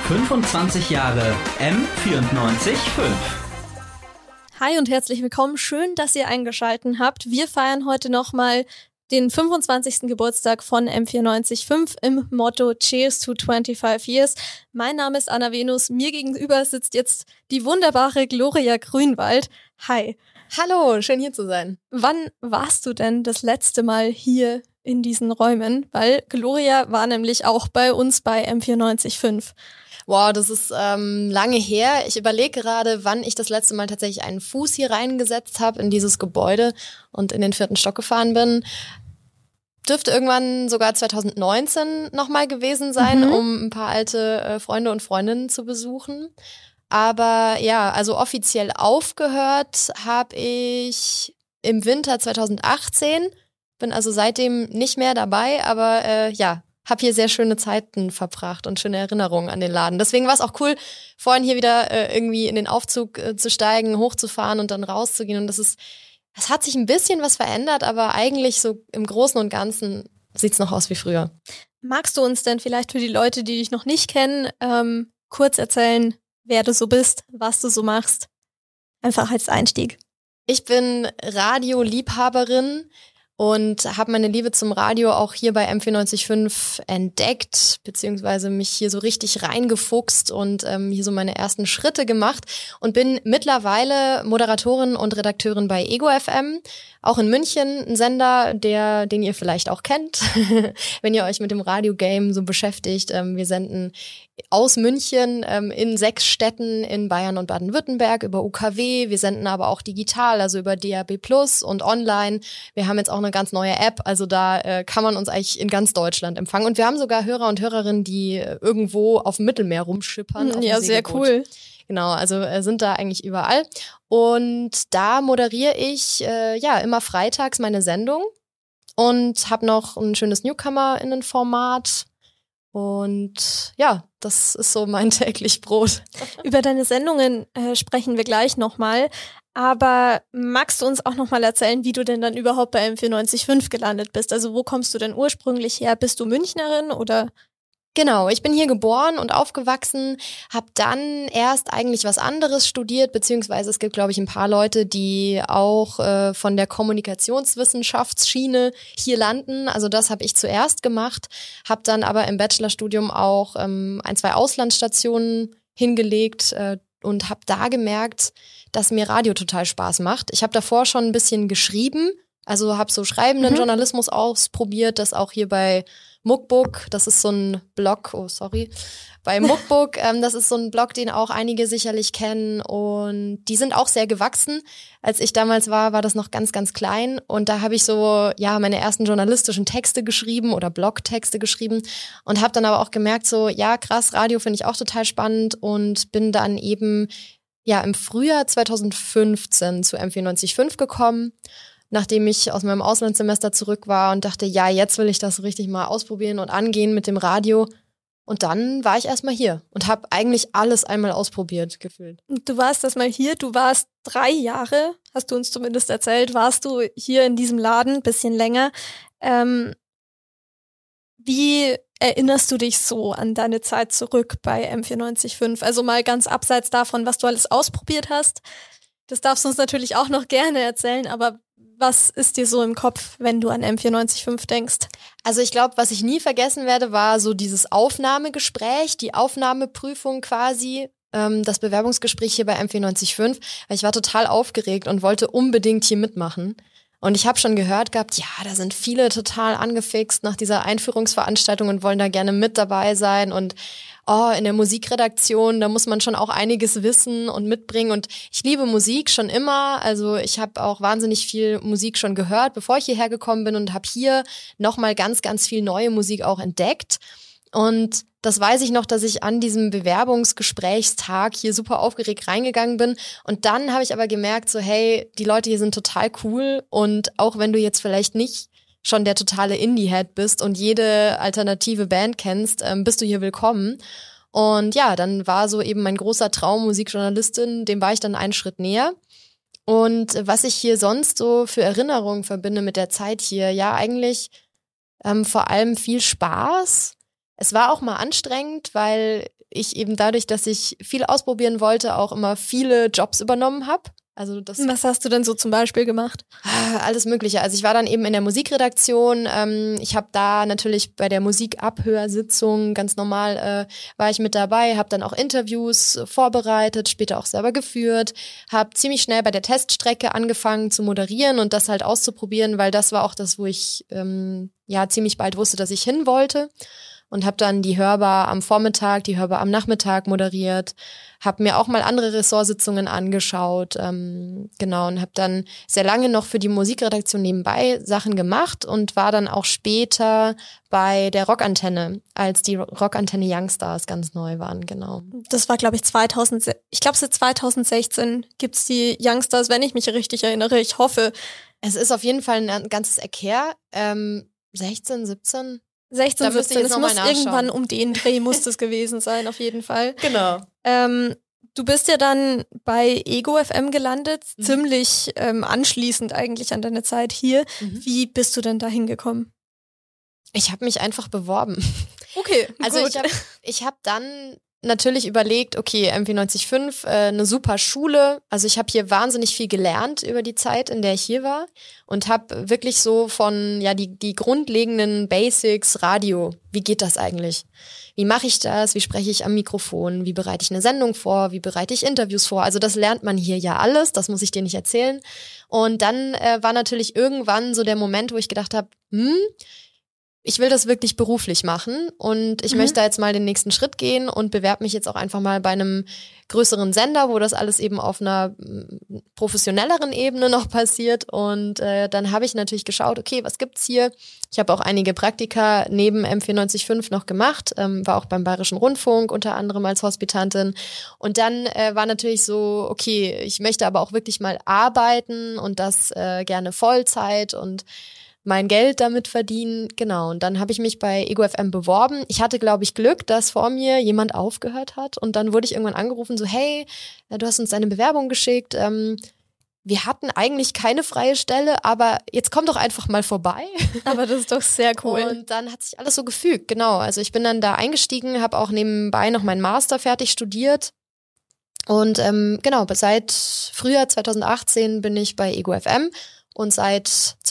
25 Jahre M94.5. Hi und herzlich willkommen. Schön, dass ihr eingeschaltet habt. Wir feiern heute nochmal den 25. Geburtstag von M94.5 im Motto Cheers to 25 Years. Mein Name ist Anna Venus. Mir gegenüber sitzt jetzt die wunderbare Gloria Grünwald. Hi. Hallo, schön hier zu sein. Wann warst du denn das letzte Mal hier in diesen Räumen? Weil Gloria war nämlich auch bei uns bei M94.5. Wow, das ist lange her. Ich überlege gerade, wann ich das letzte Mal tatsächlich einen Fuß hier reingesetzt habe in dieses Gebäude und in den 4. Stock gefahren bin. Dürfte irgendwann sogar 2019 nochmal gewesen sein, um ein paar alte Freunde und Freundinnen zu besuchen. Aber ja, also offiziell aufgehört habe ich im Winter 2018. Bin also seitdem nicht mehr dabei, aber habe hier sehr schöne Zeiten verbracht und schöne Erinnerungen an den Laden. Deswegen war es auch cool, vorhin hier wieder irgendwie in den Aufzug zu steigen, hochzufahren und dann rauszugehen. Und es hat sich ein bisschen was verändert, aber eigentlich so im Großen und Ganzen sieht's noch aus wie früher. Magst du uns denn vielleicht für die Leute, die dich noch nicht kennen, kurz erzählen, wer du so bist, was du so machst? Einfach als Einstieg. Ich bin Radioliebhaberin und habe meine Liebe zum Radio auch hier bei M94.5 entdeckt, beziehungsweise mich hier so richtig reingefuchst und hier so meine ersten Schritte gemacht und bin mittlerweile Moderatorin und Redakteurin bei Ego FM, auch in München, ein Sender, den ihr vielleicht auch kennt, wenn ihr euch mit dem Radio-Game so beschäftigt. Wir senden aus München in 6 Städten in Bayern und Baden-Württemberg über UKW. Wir senden aber auch digital, also über DAB+ und online. Wir haben jetzt auch eine ganz neue App, also da kann man uns eigentlich in ganz Deutschland empfangen. Und wir haben sogar Hörer und Hörerinnen, die irgendwo auf dem Mittelmeer rumschippern. Ja, sehr cool. Genau, also sind da eigentlich überall. Und da moderiere ich immer freitags meine Sendung und habe noch ein schönes NewcomerInnen-Format. Und ja, das ist so mein täglich Brot. Über deine Sendungen sprechen wir gleich nochmal. Aber magst du uns auch nochmal erzählen, wie du denn dann überhaupt bei M94.5 gelandet bist? Also wo kommst du denn ursprünglich her? Bist du Münchnerin oder? Genau, ich bin hier geboren und aufgewachsen, habe dann erst eigentlich was anderes studiert, beziehungsweise es gibt, glaube ich, ein paar Leute, die auch von der Kommunikationswissenschaftsschiene hier landen. Also das habe ich zuerst gemacht, habe dann aber im Bachelorstudium auch 1, 2 Auslandsstationen hingelegt und habe da gemerkt, dass mir Radio total Spaß macht. Ich habe davor schon ein bisschen geschrieben, also habe so schreibenden Journalismus ausprobiert, das auch hier bei Muckbook, das ist so ein Blog, bei Muckbook, das ist so ein Blog, den auch einige sicherlich kennen und die sind auch sehr gewachsen. Als ich damals war das noch ganz, ganz klein und da habe ich so, meine ersten journalistischen Texte geschrieben oder Blogtexte geschrieben und habe dann aber auch gemerkt so, ja krass, Radio finde ich auch total spannend und bin dann eben, im Frühjahr 2015 zu M94.5 gekommen. Nachdem ich aus meinem Auslandssemester zurück war und dachte, jetzt will ich das richtig mal ausprobieren und angehen mit dem Radio. Und dann war ich erstmal hier und habe eigentlich alles einmal ausprobiert, gefühlt. Du warst erstmal hier, du warst 3 Jahre, hast du uns zumindest erzählt, warst du hier in diesem Laden, bisschen länger. Wie erinnerst du dich so an deine Zeit zurück bei M94.5? Also mal ganz abseits davon, was du alles ausprobiert hast. Das darfst du uns natürlich auch noch gerne erzählen, aber was ist dir so im Kopf, wenn du an M94.5 denkst? Also ich glaube, was ich nie vergessen werde, war so dieses Aufnahmegespräch, die Aufnahmeprüfung quasi, das Bewerbungsgespräch hier bei M94.5, weil ich war total aufgeregt und wollte unbedingt hier mitmachen. Und ich habe schon gehört gehabt, da sind viele total angefixt nach dieser Einführungsveranstaltung und wollen da gerne mit dabei sein und in der Musikredaktion, da muss man schon auch einiges wissen und mitbringen und ich liebe Musik schon immer, also ich habe auch wahnsinnig viel Musik schon gehört, bevor ich hierher gekommen bin und habe hier nochmal ganz, ganz viel neue Musik auch entdeckt und das weiß ich noch, dass ich an diesem Bewerbungsgesprächstag hier super aufgeregt reingegangen bin und dann habe ich aber gemerkt so, hey, die Leute hier sind total cool und auch wenn du jetzt vielleicht nicht schon der totale Indie-Head bist und jede alternative Band kennst, bist du hier willkommen. Und dann war so eben mein großer Traum, Musikjournalistin, dem war ich dann einen Schritt näher. Und was ich hier sonst so für Erinnerungen verbinde mit der Zeit hier, eigentlich vor allem viel Spaß. Es war auch mal anstrengend, weil ich eben dadurch, dass ich viel ausprobieren wollte, auch immer viele Jobs übernommen habe. Also was hast du denn so zum Beispiel gemacht? Alles Mögliche. Also ich war dann eben in der Musikredaktion. Ich habe da natürlich bei der Musikabhörsitzung ganz normal war ich mit dabei, habe dann auch Interviews vorbereitet, später auch selber geführt, habe ziemlich schnell bei der Teststrecke angefangen zu moderieren und das halt auszuprobieren, weil das war auch das, wo ich ziemlich bald wusste, dass ich hin wollte. Und habe dann die Hörbar am Vormittag, die Hörbar am Nachmittag moderiert, habe mir auch mal andere Ressortsitzungen angeschaut, genau, und habe dann sehr lange noch für die Musikredaktion nebenbei Sachen gemacht und war dann auch später bei der Rockantenne, als die Rockantenne Youngstars ganz neu waren, genau. Das war, glaube ich, seit 2016 gibt's die Youngstars, wenn ich mich richtig erinnere, ich hoffe. Es ist auf jeden Fall ein ganzes Eck her, 16, 17... 16, 17, es muss irgendwann um den Dreh muss es gewesen sein, auf jeden Fall. Genau. Du bist ja dann bei Ego FM gelandet, ziemlich anschließend eigentlich an deine Zeit hier. Wie bist du denn da hingekommen? Ich habe mich einfach beworben. Okay, also gut. ich hab dann natürlich überlegt, okay, MP95, eine super Schule. Also ich habe hier wahnsinnig viel gelernt über die Zeit, in der ich hier war und habe wirklich so von die grundlegenden Basics, Radio, wie geht das eigentlich? Wie mache ich das? Wie spreche ich am Mikrofon? Wie bereite ich eine Sendung vor? Wie bereite ich Interviews vor? Also das lernt man hier ja alles, das muss ich dir nicht erzählen. Und dann war natürlich irgendwann so der Moment, wo ich gedacht habe, ich will das wirklich beruflich machen und ich möchte jetzt mal den nächsten Schritt gehen und bewerbe mich jetzt auch einfach mal bei einem größeren Sender, wo das alles eben auf einer professionelleren Ebene noch passiert. Und dann habe ich natürlich geschaut, okay, was gibt's hier? Ich habe auch einige Praktika neben M94.5 noch gemacht, war auch beim Bayerischen Rundfunk unter anderem als Hospitantin. Und dann war natürlich so, okay, ich möchte aber auch wirklich mal arbeiten und das gerne Vollzeit und mein Geld damit verdienen, genau. Und dann habe ich mich bei Ego FM beworben. Ich hatte, glaube ich, Glück, dass vor mir jemand aufgehört hat. Und dann wurde ich irgendwann angerufen, so, hey, du hast uns deine Bewerbung geschickt. Wir hatten eigentlich keine freie Stelle, aber jetzt komm doch einfach mal vorbei. Aber das ist doch sehr cool. Und dann hat sich alles so gefügt, genau. Also ich bin dann da eingestiegen, habe auch nebenbei noch meinen Master fertig studiert. Und genau, seit Frühjahr 2018 bin ich bei Ego FM. Und seit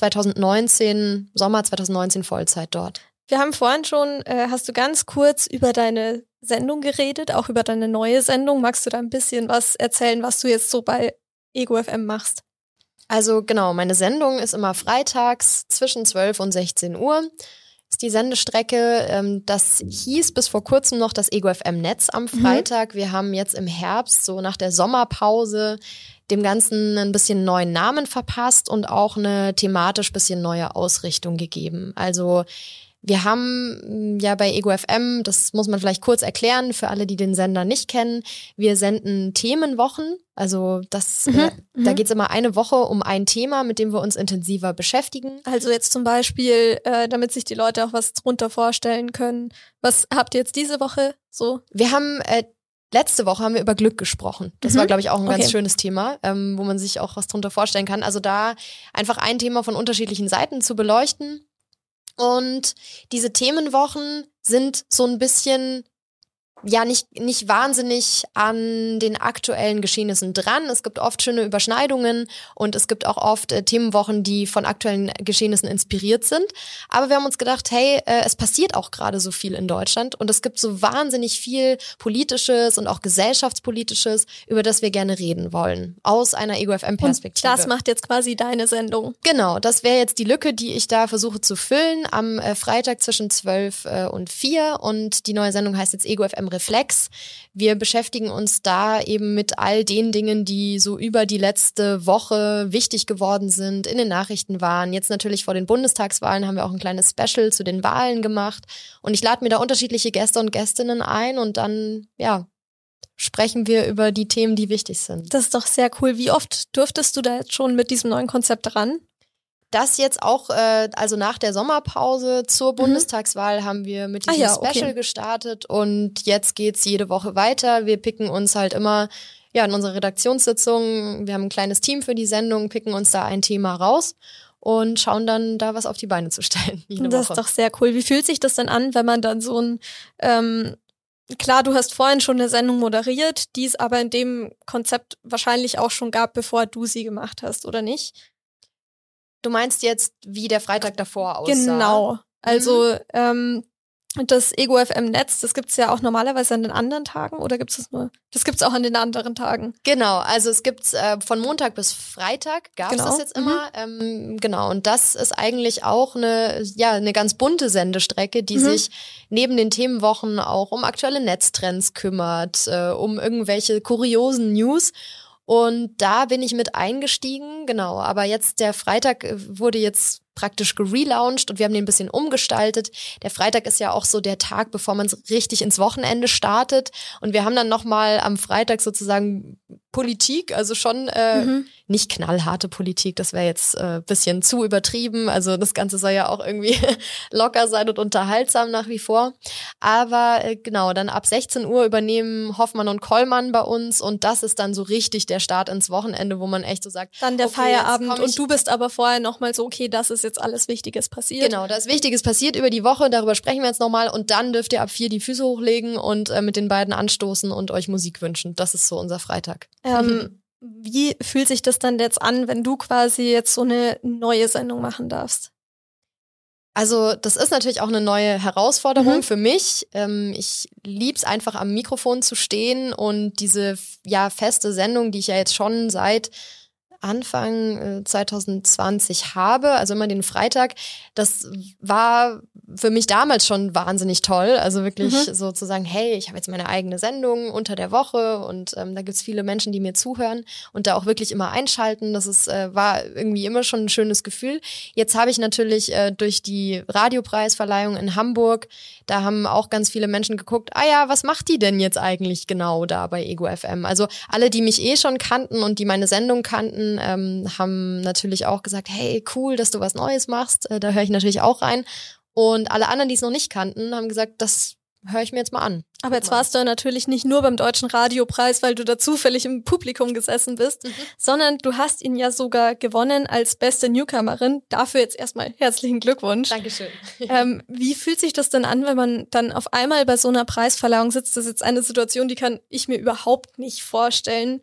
Sommer 2019 Vollzeit dort. Wir haben vorhin schon, hast du ganz kurz über deine Sendung geredet, auch über deine neue Sendung. Magst du da ein bisschen was erzählen, was du jetzt so bei Ego FM machst? Also genau, meine Sendung ist immer freitags zwischen 12 und 16 Uhr. Ist die Sendestrecke, das hieß bis vor kurzem noch das Ego FM Netz am Freitag. Wir haben jetzt im Herbst, so nach der Sommerpause, dem Ganzen ein bisschen neuen Namen verpasst und auch eine thematisch bisschen neue Ausrichtung gegeben. Also wir haben ja bei Ego FM, das muss man vielleicht kurz erklären für alle, die den Sender nicht kennen, wir senden Themenwochen. Also da geht's immer eine Woche um ein Thema, mit dem wir uns intensiver beschäftigen. Also jetzt zum Beispiel, damit sich die Leute auch was drunter vorstellen können. Was habt ihr jetzt diese Woche so? Wir haben letzte Woche haben wir über Glück gesprochen. Das war, glaube ich, auch ein ganz schönes Thema, wo man sich auch was drunter vorstellen kann. Also da einfach ein Thema von unterschiedlichen Seiten zu beleuchten. Und diese Themenwochen sind so ein bisschen nicht wahnsinnig an den aktuellen Geschehnissen dran. Es gibt oft schöne Überschneidungen und es gibt auch oft Themenwochen, die von aktuellen Geschehnissen inspiriert sind. Aber wir haben uns gedacht, hey, es passiert auch gerade so viel in Deutschland und es gibt so wahnsinnig viel Politisches und auch Gesellschaftspolitisches, über das wir gerne reden wollen, aus einer Ego FM-Perspektive. Und das macht jetzt quasi deine Sendung. Genau, das wäre jetzt die Lücke, die ich da versuche zu füllen am Freitag zwischen 12 und 4 und die neue Sendung heißt jetzt Ego FM Reflex. Wir beschäftigen uns da eben mit all den Dingen, die so über die letzte Woche wichtig geworden sind, in den Nachrichten waren. Jetzt natürlich vor den Bundestagswahlen haben wir auch ein kleines Special zu den Wahlen gemacht. Und ich lade mir da unterschiedliche Gäste und Gästinnen ein und dann, sprechen wir über die Themen, die wichtig sind. Das ist doch sehr cool. Wie oft durftest du da jetzt schon mit diesem neuen Konzept ran? Das jetzt auch, also nach der Sommerpause zur Bundestagswahl haben wir mit diesem Special gestartet und jetzt geht's jede Woche weiter. Wir picken uns halt immer, in unserer Redaktionssitzung, wir haben ein kleines Team für die Sendung, picken uns da ein Thema raus und schauen dann da was auf die Beine zu stellen. Das ist doch sehr cool. Wie fühlt sich das denn an, wenn man dann so ein klar, du hast vorhin schon eine Sendung moderiert, die es aber in dem Konzept wahrscheinlich auch schon gab, bevor du sie gemacht hast, oder nicht? Du meinst jetzt, wie der Freitag davor aussah? Genau. Also das Ego FM Netz, das gibt's ja auch normalerweise an den anderen Tagen, oder gibt's das nur? Das gibt's auch an den anderen Tagen. Genau, also es gibt's von Montag bis Freitag gab's das jetzt immer. Genau, und das ist eigentlich auch eine ganz bunte Sendestrecke, die sich neben den Themenwochen auch um aktuelle Netztrends kümmert, um irgendwelche kuriosen News. Und da bin ich mit eingestiegen, genau. Aber jetzt der Freitag wurde jetzt praktisch gelauncht und wir haben den ein bisschen umgestaltet. Der Freitag ist ja auch so der Tag, bevor man richtig ins Wochenende startet. Und wir haben dann nochmal am Freitag sozusagen Politik, also schon nicht knallharte Politik, das wäre jetzt bisschen zu übertrieben. Also das Ganze soll ja auch irgendwie locker sein und unterhaltsam nach wie vor. Aber genau, dann ab 16 Uhr übernehmen Hoffmann und Kollmann bei uns und das ist dann so richtig der Start ins Wochenende, wo man echt so sagt, dann der okay, Feierabend und du bist aber vorher nochmal so, okay, das ist jetzt alles Wichtiges passiert. Genau, da ist Wichtiges passiert über die Woche, darüber sprechen wir jetzt nochmal und dann dürft ihr ab 4 die Füße hochlegen und mit den beiden anstoßen und euch Musik wünschen. Das ist so unser Freitag. Wie fühlt sich das dann jetzt an, wenn du quasi jetzt so eine neue Sendung machen darfst? Also das ist natürlich auch eine neue Herausforderung für mich. Ich lieb's einfach am Mikrofon zu stehen und diese feste Sendung, die ich ja jetzt schon seit Anfang 2020 habe, also immer den Freitag, das war für mich damals schon wahnsinnig toll, also wirklich so zu sagen, hey, ich habe jetzt meine eigene Sendung unter der Woche und da gibt's viele Menschen, die mir zuhören und da auch wirklich immer einschalten, das ist war irgendwie immer schon ein schönes Gefühl. Jetzt habe ich natürlich durch die Radiopreisverleihung in Hamburg, da haben auch ganz viele Menschen geguckt, was macht die denn jetzt eigentlich genau da bei Ego FM? Also alle, die mich schon kannten und die meine Sendung kannten, haben natürlich auch gesagt, hey, cool, dass du was Neues machst, da höre ich natürlich auch rein. Und alle anderen, die es noch nicht kannten, haben gesagt, das höre ich mir jetzt mal an. Aber jetzt warst du natürlich nicht nur beim Deutschen Radiopreis, weil du da zufällig im Publikum gesessen bist, sondern du hast ihn ja sogar gewonnen als beste Newcomerin. Dafür jetzt erstmal herzlichen Glückwunsch. Dankeschön. Wie fühlt sich das denn an, wenn man dann auf einmal bei so einer Preisverleihung sitzt? Das ist jetzt eine Situation, die kann ich mir überhaupt nicht vorstellen.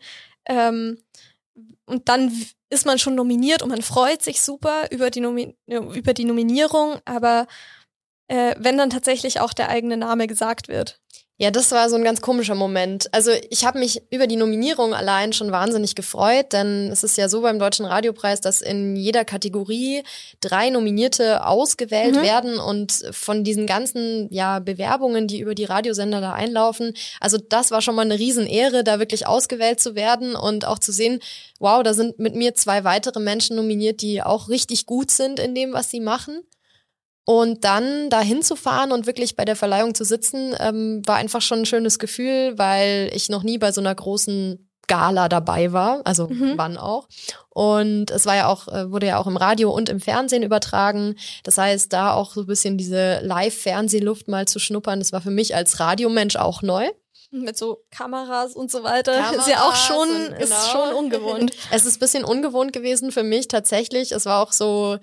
Und dann ist man schon nominiert und man freut sich super über die Nominierung, aber wenn dann tatsächlich auch der eigene Name gesagt wird. Ja, das war so ein ganz komischer Moment. Also ich habe mich über die Nominierung allein schon wahnsinnig gefreut, denn es ist ja so beim Deutschen Radiopreis, dass in jeder Kategorie 3 Nominierte ausgewählt werden und von diesen ganzen Bewerbungen, die über die Radiosender da einlaufen, also das war schon mal eine Riesenehre, da wirklich ausgewählt zu werden und auch zu sehen, wow, da sind mit mir 2 weitere Menschen nominiert, die auch richtig gut sind in dem, was sie machen. Und dann da hinzufahren und wirklich bei der Verleihung zu sitzen, war einfach schon ein schönes Gefühl, weil ich noch nie bei so einer großen Gala dabei war, also wann auch. Und es war ja auch, wurde ja auch im Radio und im Fernsehen übertragen. Das heißt, da auch so ein bisschen diese Live-Fernsehluft mal zu schnuppern, das war für mich als Radiomensch auch neu. Mit so Kameras und so weiter. Ist ja auch schon, ist schon ungewohnt. Es ist ein bisschen ungewohnt gewesen für mich tatsächlich. Es war auch so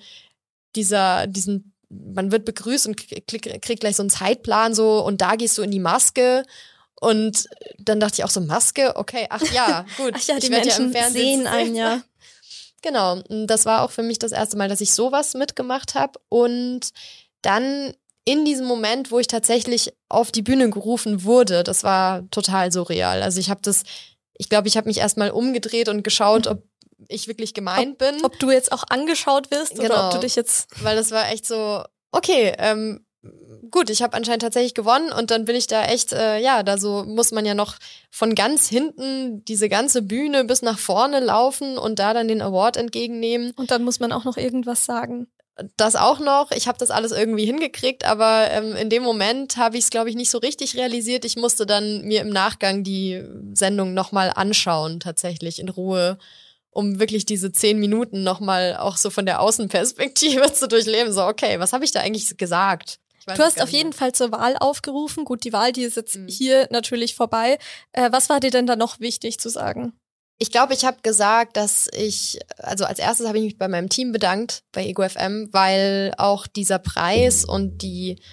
diesen man wird begrüßt und kriegt gleich so einen Zeitplan so und da gehst du in die Maske und dann dachte ich auch so, Maske? Okay, ach ja, gut. Ach ja, die Menschen sehen einen ja. Genau, und das war auch für mich das erste Mal, dass ich sowas mitgemacht habe und dann in diesem Moment, wo ich tatsächlich auf die Bühne gerufen wurde, das war total surreal. Also ich glaube, ich habe mich erstmal umgedreht und geschaut, ob ich wirklich gemeint bin. Ob du jetzt auch angeschaut wirst oder ob du dich jetzt... Weil das war echt so, okay, gut, ich habe anscheinend tatsächlich gewonnen und dann bin ich da echt, da so muss man ja noch von ganz hinten diese ganze Bühne bis nach vorne laufen und da dann den Award entgegennehmen. Und dann muss man auch noch irgendwas sagen. Das auch noch. Ich habe das alles irgendwie hingekriegt, aber in dem Moment habe ich es, glaube ich, nicht so richtig realisiert. Ich musste dann mir im Nachgang die Sendung nochmal anschauen, tatsächlich in Ruhe, um wirklich diese 10 Minuten nochmal auch so von der Außenperspektive zu durchleben. So, okay, was habe ich da eigentlich gesagt? Du hast auf jeden Fall zur Wahl aufgerufen. Gut, die Wahl, die ist jetzt hier natürlich vorbei. Was war dir denn da noch wichtig zu sagen? Ich glaube, ich habe gesagt, dass also als erstes habe ich mich bei meinem Team bedankt, bei Ego FM, weil auch dieser Preis und die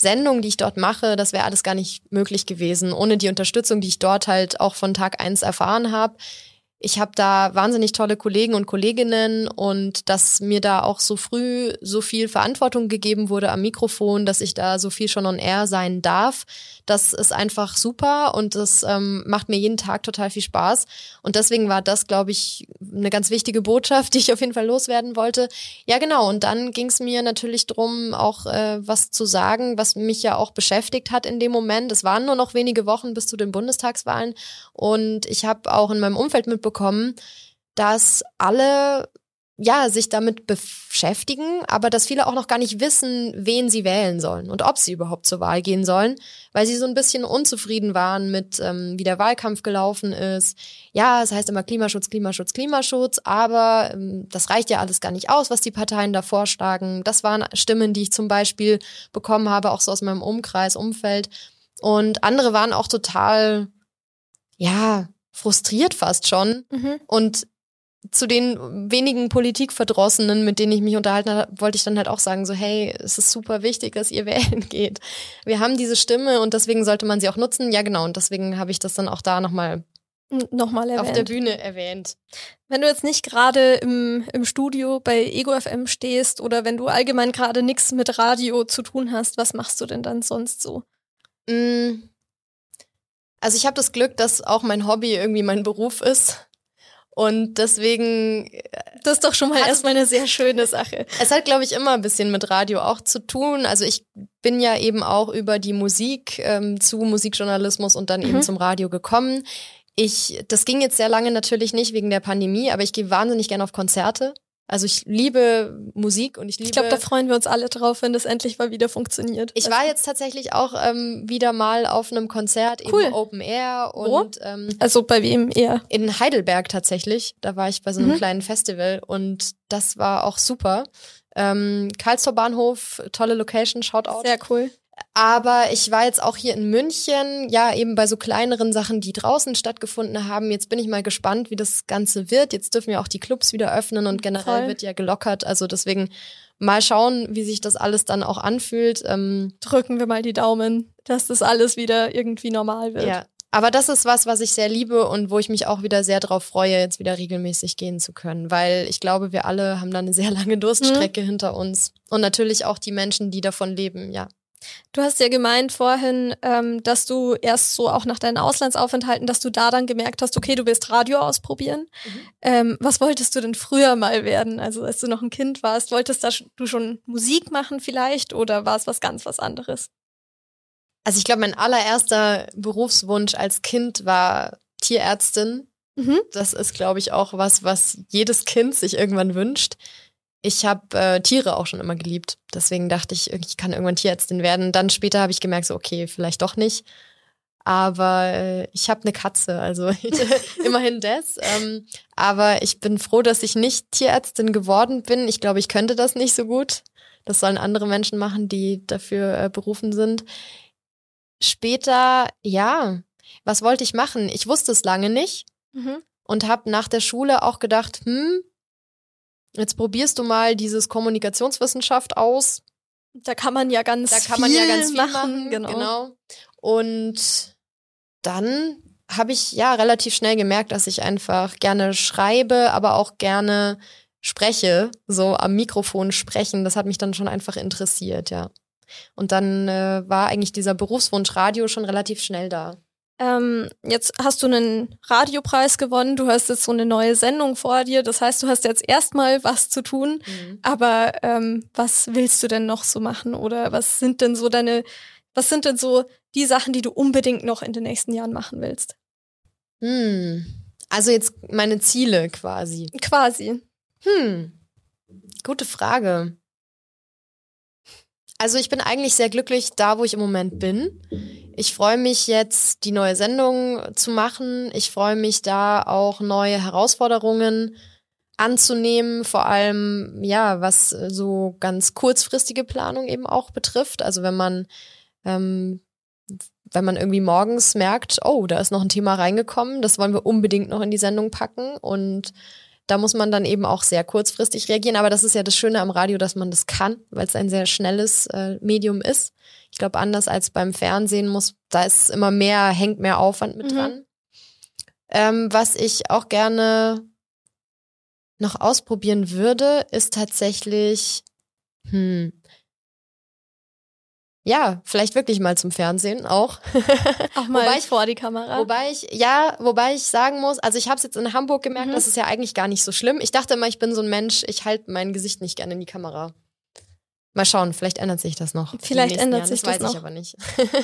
Sendung, die ich dort mache, das wäre alles gar nicht möglich gewesen, ohne die Unterstützung, die ich dort halt auch von Tag 1 erfahren habe. Ich habe da wahnsinnig tolle Kollegen und Kolleginnen und dass mir da auch so früh so viel Verantwortung gegeben wurde am Mikrofon, dass ich da so viel schon on air sein darf, das ist einfach super und das macht mir jeden Tag total viel Spaß. Und deswegen war das, glaube ich, eine ganz wichtige Botschaft, die ich auf jeden Fall loswerden wollte. Ja, genau. Und dann ging es mir natürlich drum, auch was zu sagen, was mich ja auch beschäftigt hat in dem Moment. Es waren nur noch wenige Wochen bis zu den Bundestagswahlen und ich habe auch in meinem Umfeld mitbekommen, dass alle sich damit beschäftigen, aber dass viele auch noch gar nicht wissen, wen sie wählen sollen und ob sie überhaupt zur Wahl gehen sollen, weil sie so ein bisschen unzufrieden waren mit, wie der Wahlkampf gelaufen ist. Ja, es heißt immer Klimaschutz, Klimaschutz, Klimaschutz, aber das reicht ja alles gar nicht aus, was die Parteien da vorschlagen. Das waren Stimmen, die ich zum Beispiel bekommen habe, auch so aus meinem Umfeld. Und andere waren auch total, frustriert fast schon. Und zu den wenigen Politikverdrossenen, mit denen ich mich unterhalten habe, wollte ich dann halt auch sagen, so hey, es ist super wichtig, dass ihr wählen geht. Wir haben diese Stimme und deswegen sollte man sie auch nutzen. Ja, genau. Und deswegen habe ich das dann auch da nochmal auf der Bühne erwähnt. Wenn du jetzt nicht gerade im Studio bei Ego FM stehst oder wenn du allgemein gerade nichts mit Radio zu tun hast, was machst du denn dann sonst so? Also ich habe das Glück, dass auch mein Hobby irgendwie mein Beruf ist. Und deswegen... Das ist doch schon mal erstmal eine sehr schöne Sache. Es hat, glaube ich, immer ein bisschen mit Radio auch zu tun. Also ich bin ja eben auch über die Musik zu Musikjournalismus und dann eben zum Radio gekommen. Das ging jetzt sehr lange natürlich nicht wegen der Pandemie, aber ich gehe wahnsinnig gerne auf Konzerte. Also ich liebe Musik und ich glaube, da freuen wir uns alle drauf, wenn das endlich mal wieder funktioniert. Ich war jetzt tatsächlich auch wieder mal auf einem Konzert, cool. Eben Open Air. Und, also bei wem eher? In Heidelberg tatsächlich. Da war ich bei so einem kleinen Festival und das war auch super. Karlstor Bahnhof, tolle Location, Shoutout. Sehr cool. Aber ich war jetzt auch hier in München, ja eben bei so kleineren Sachen, die draußen stattgefunden haben. Jetzt bin ich mal gespannt, wie das Ganze wird. Jetzt dürfen ja auch die Clubs wieder öffnen und generell wird ja gelockert. Also deswegen mal schauen, wie sich das alles dann auch anfühlt. Drücken wir mal die Daumen, dass das alles wieder irgendwie normal wird. Ja, aber das ist was ich sehr liebe und wo ich mich auch wieder sehr drauf freue, jetzt wieder regelmäßig gehen zu können. Weil ich glaube, wir alle haben da eine sehr lange Durststrecke hinter uns. Und natürlich auch die Menschen, die davon leben, ja. Du hast ja gemeint vorhin, dass du erst so auch nach deinen Auslandsaufenthalten, dass du da dann gemerkt hast, okay, du willst Radio ausprobieren. Was wolltest du denn früher mal werden? Also als du noch ein Kind warst, wolltest du schon Musik machen vielleicht oder war es was anderes? Also ich glaube, mein allererster Berufswunsch als Kind war Tierärztin. Das ist, glaube ich, auch was jedes Kind sich irgendwann wünscht. Ich habe Tiere auch schon immer geliebt. Deswegen dachte ich, ich kann irgendwann Tierärztin werden. Dann später habe ich gemerkt, so okay, vielleicht doch nicht. Aber ich habe eine Katze, also immerhin das. Aber ich bin froh, dass ich nicht Tierärztin geworden bin. Ich glaube, ich könnte das nicht so gut. Das sollen andere Menschen machen, die dafür berufen sind. Später, was wollte ich machen? Ich wusste es lange nicht und habe nach der Schule auch gedacht, jetzt probierst du mal dieses Kommunikationswissenschaft aus. Da kann man ja ganz viel machen. Genau. Und dann habe ich relativ schnell gemerkt, dass ich einfach gerne schreibe, aber auch gerne spreche, so am Mikrofon sprechen. Das hat mich dann schon einfach interessiert, ja. Und dann war eigentlich dieser Berufswunsch Radio schon relativ schnell da. Jetzt hast du einen Radiopreis gewonnen, du hast jetzt so eine neue Sendung vor dir, das heißt, du hast jetzt erstmal was zu tun, aber was willst du denn noch so machen oder was sind denn so die Sachen, die du unbedingt noch in den nächsten Jahren machen willst? Also jetzt meine Ziele quasi. Gute Frage. Also ich bin eigentlich sehr glücklich da, wo ich im Moment bin. Ich freue mich jetzt, die neue Sendung zu machen. Ich freue mich da auch neue Herausforderungen anzunehmen, vor allem was so ganz kurzfristige Planung eben auch betrifft. Also wenn man irgendwie morgens merkt, oh, da ist noch ein Thema reingekommen, das wollen wir unbedingt noch in die Sendung packen und Da muss man dann eben auch sehr kurzfristig reagieren. Aber das ist ja das Schöne am Radio, dass man das kann, weil es ein sehr schnelles Medium ist. Ich glaube, anders als beim Fernsehen da ist immer hängt mehr Aufwand mit dran. Was ich auch gerne noch ausprobieren würde, ist tatsächlich, vielleicht wirklich mal zum Fernsehen auch. Auch mal vor die Kamera. Wobei ich sagen muss, also ich habe es jetzt in Hamburg gemerkt, das ist ja eigentlich gar nicht so schlimm. Ich dachte immer, ich bin so ein Mensch, ich halte mein Gesicht nicht gerne in die Kamera. Mal schauen, vielleicht ändert sich das noch. Vielleicht ändert sich das noch. Das weiß ich aber nicht.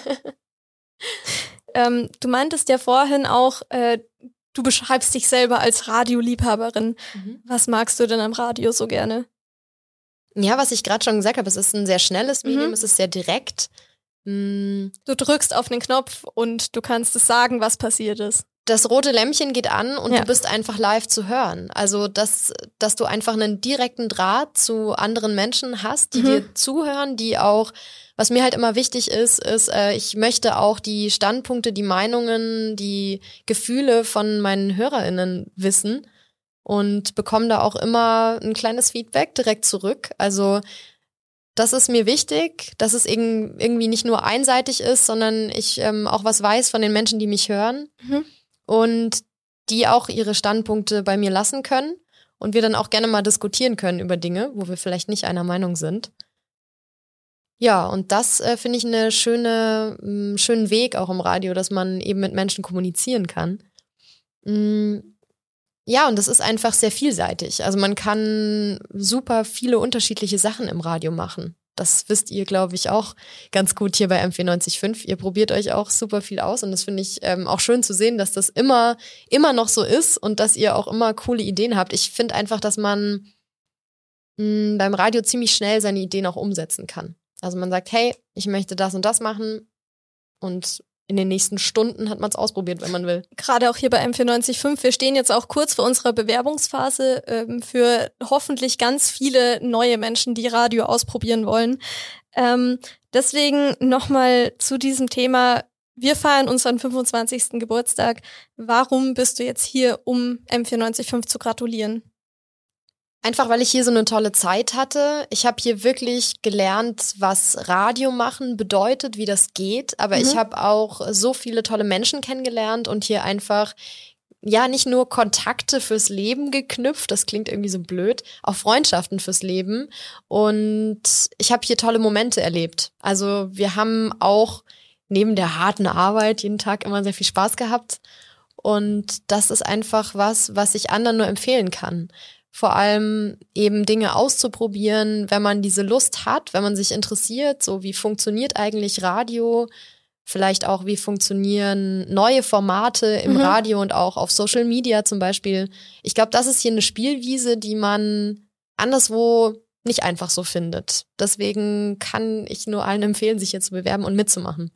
Du meintest ja vorhin auch, du beschreibst dich selber als Radioliebhaberin. Was magst du denn am Radio so gerne? Ja, was ich gerade schon gesagt habe, es ist ein sehr schnelles Medium, es ist sehr direkt. Du drückst auf den Knopf und du kannst es sagen, was passiert ist. Das rote Lämpchen geht an und du bist einfach live zu hören. Also, dass du einfach einen direkten Draht zu anderen Menschen hast, die dir zuhören, die auch, was mir halt immer wichtig ist, ich möchte auch die Standpunkte, die Meinungen, die Gefühle von meinen HörerInnen wissen und bekomme da auch immer ein kleines Feedback direkt zurück. Also, das ist mir wichtig, dass es irgendwie nicht nur einseitig ist, sondern ich auch was weiß von den Menschen, die mich hören. Und die auch ihre Standpunkte bei mir lassen können und wir dann auch gerne mal diskutieren können über Dinge, wo wir vielleicht nicht einer Meinung sind. Ja, und das finde ich einen schönen Weg auch im Radio, dass man eben mit Menschen kommunizieren kann. Ja, und das ist einfach sehr vielseitig. Also man kann super viele unterschiedliche Sachen im Radio machen. Das wisst ihr, glaube ich, auch ganz gut hier bei M94.5. Ihr probiert euch auch super viel aus und das finde ich auch schön zu sehen, dass das immer noch so ist und dass ihr auch immer coole Ideen habt. Ich finde einfach, dass man beim Radio ziemlich schnell seine Ideen auch umsetzen kann. Also man sagt, hey, ich möchte das und das machen und in den nächsten Stunden hat man es ausprobiert, wenn man will. Gerade auch hier bei M94.5. Wir stehen jetzt auch kurz vor unserer Bewerbungsphase für hoffentlich ganz viele neue Menschen, die Radio ausprobieren wollen. Deswegen nochmal zu diesem Thema. Wir feiern unseren 25. Geburtstag. Warum bist du jetzt hier, um M94.5 zu gratulieren? Einfach, weil ich hier so eine tolle Zeit hatte. Ich habe hier wirklich gelernt, was Radio machen bedeutet, wie das geht. Aber ich habe auch so viele tolle Menschen kennengelernt und hier einfach, nicht nur Kontakte fürs Leben geknüpft, das klingt irgendwie so blöd, auch Freundschaften fürs Leben. Und ich habe hier tolle Momente erlebt. Also wir haben auch neben der harten Arbeit jeden Tag immer sehr viel Spaß gehabt. Und das ist einfach was ich anderen nur empfehlen kann. Vor allem eben Dinge auszuprobieren, wenn man diese Lust hat, wenn man sich interessiert, so wie funktioniert eigentlich Radio, vielleicht auch wie funktionieren neue Formate im Radio und auch auf Social Media zum Beispiel. Ich glaube, das ist hier eine Spielwiese, die man anderswo nicht einfach so findet. Deswegen kann ich nur allen empfehlen, sich hier zu bewerben und mitzumachen.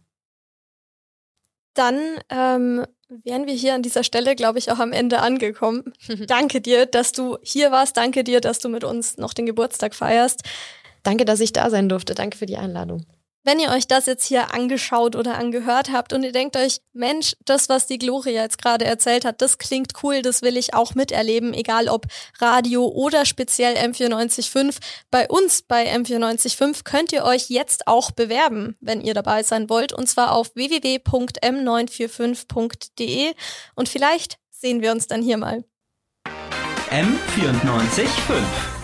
Dann wären wir hier an dieser Stelle, glaube ich, auch am Ende angekommen. Danke dir, dass du hier warst. Danke dir, dass du mit uns noch den Geburtstag feierst. Danke, dass ich da sein durfte. Danke für die Einladung. Wenn ihr euch das jetzt hier angeschaut oder angehört habt und ihr denkt euch, Mensch, das, was die Gloria jetzt gerade erzählt hat, das klingt cool, das will ich auch miterleben, egal ob Radio oder speziell M94.5. Bei uns bei M94.5 könnt ihr euch jetzt auch bewerben, wenn ihr dabei sein wollt, und zwar auf www.m945.de und vielleicht sehen wir uns dann hier mal. M94.5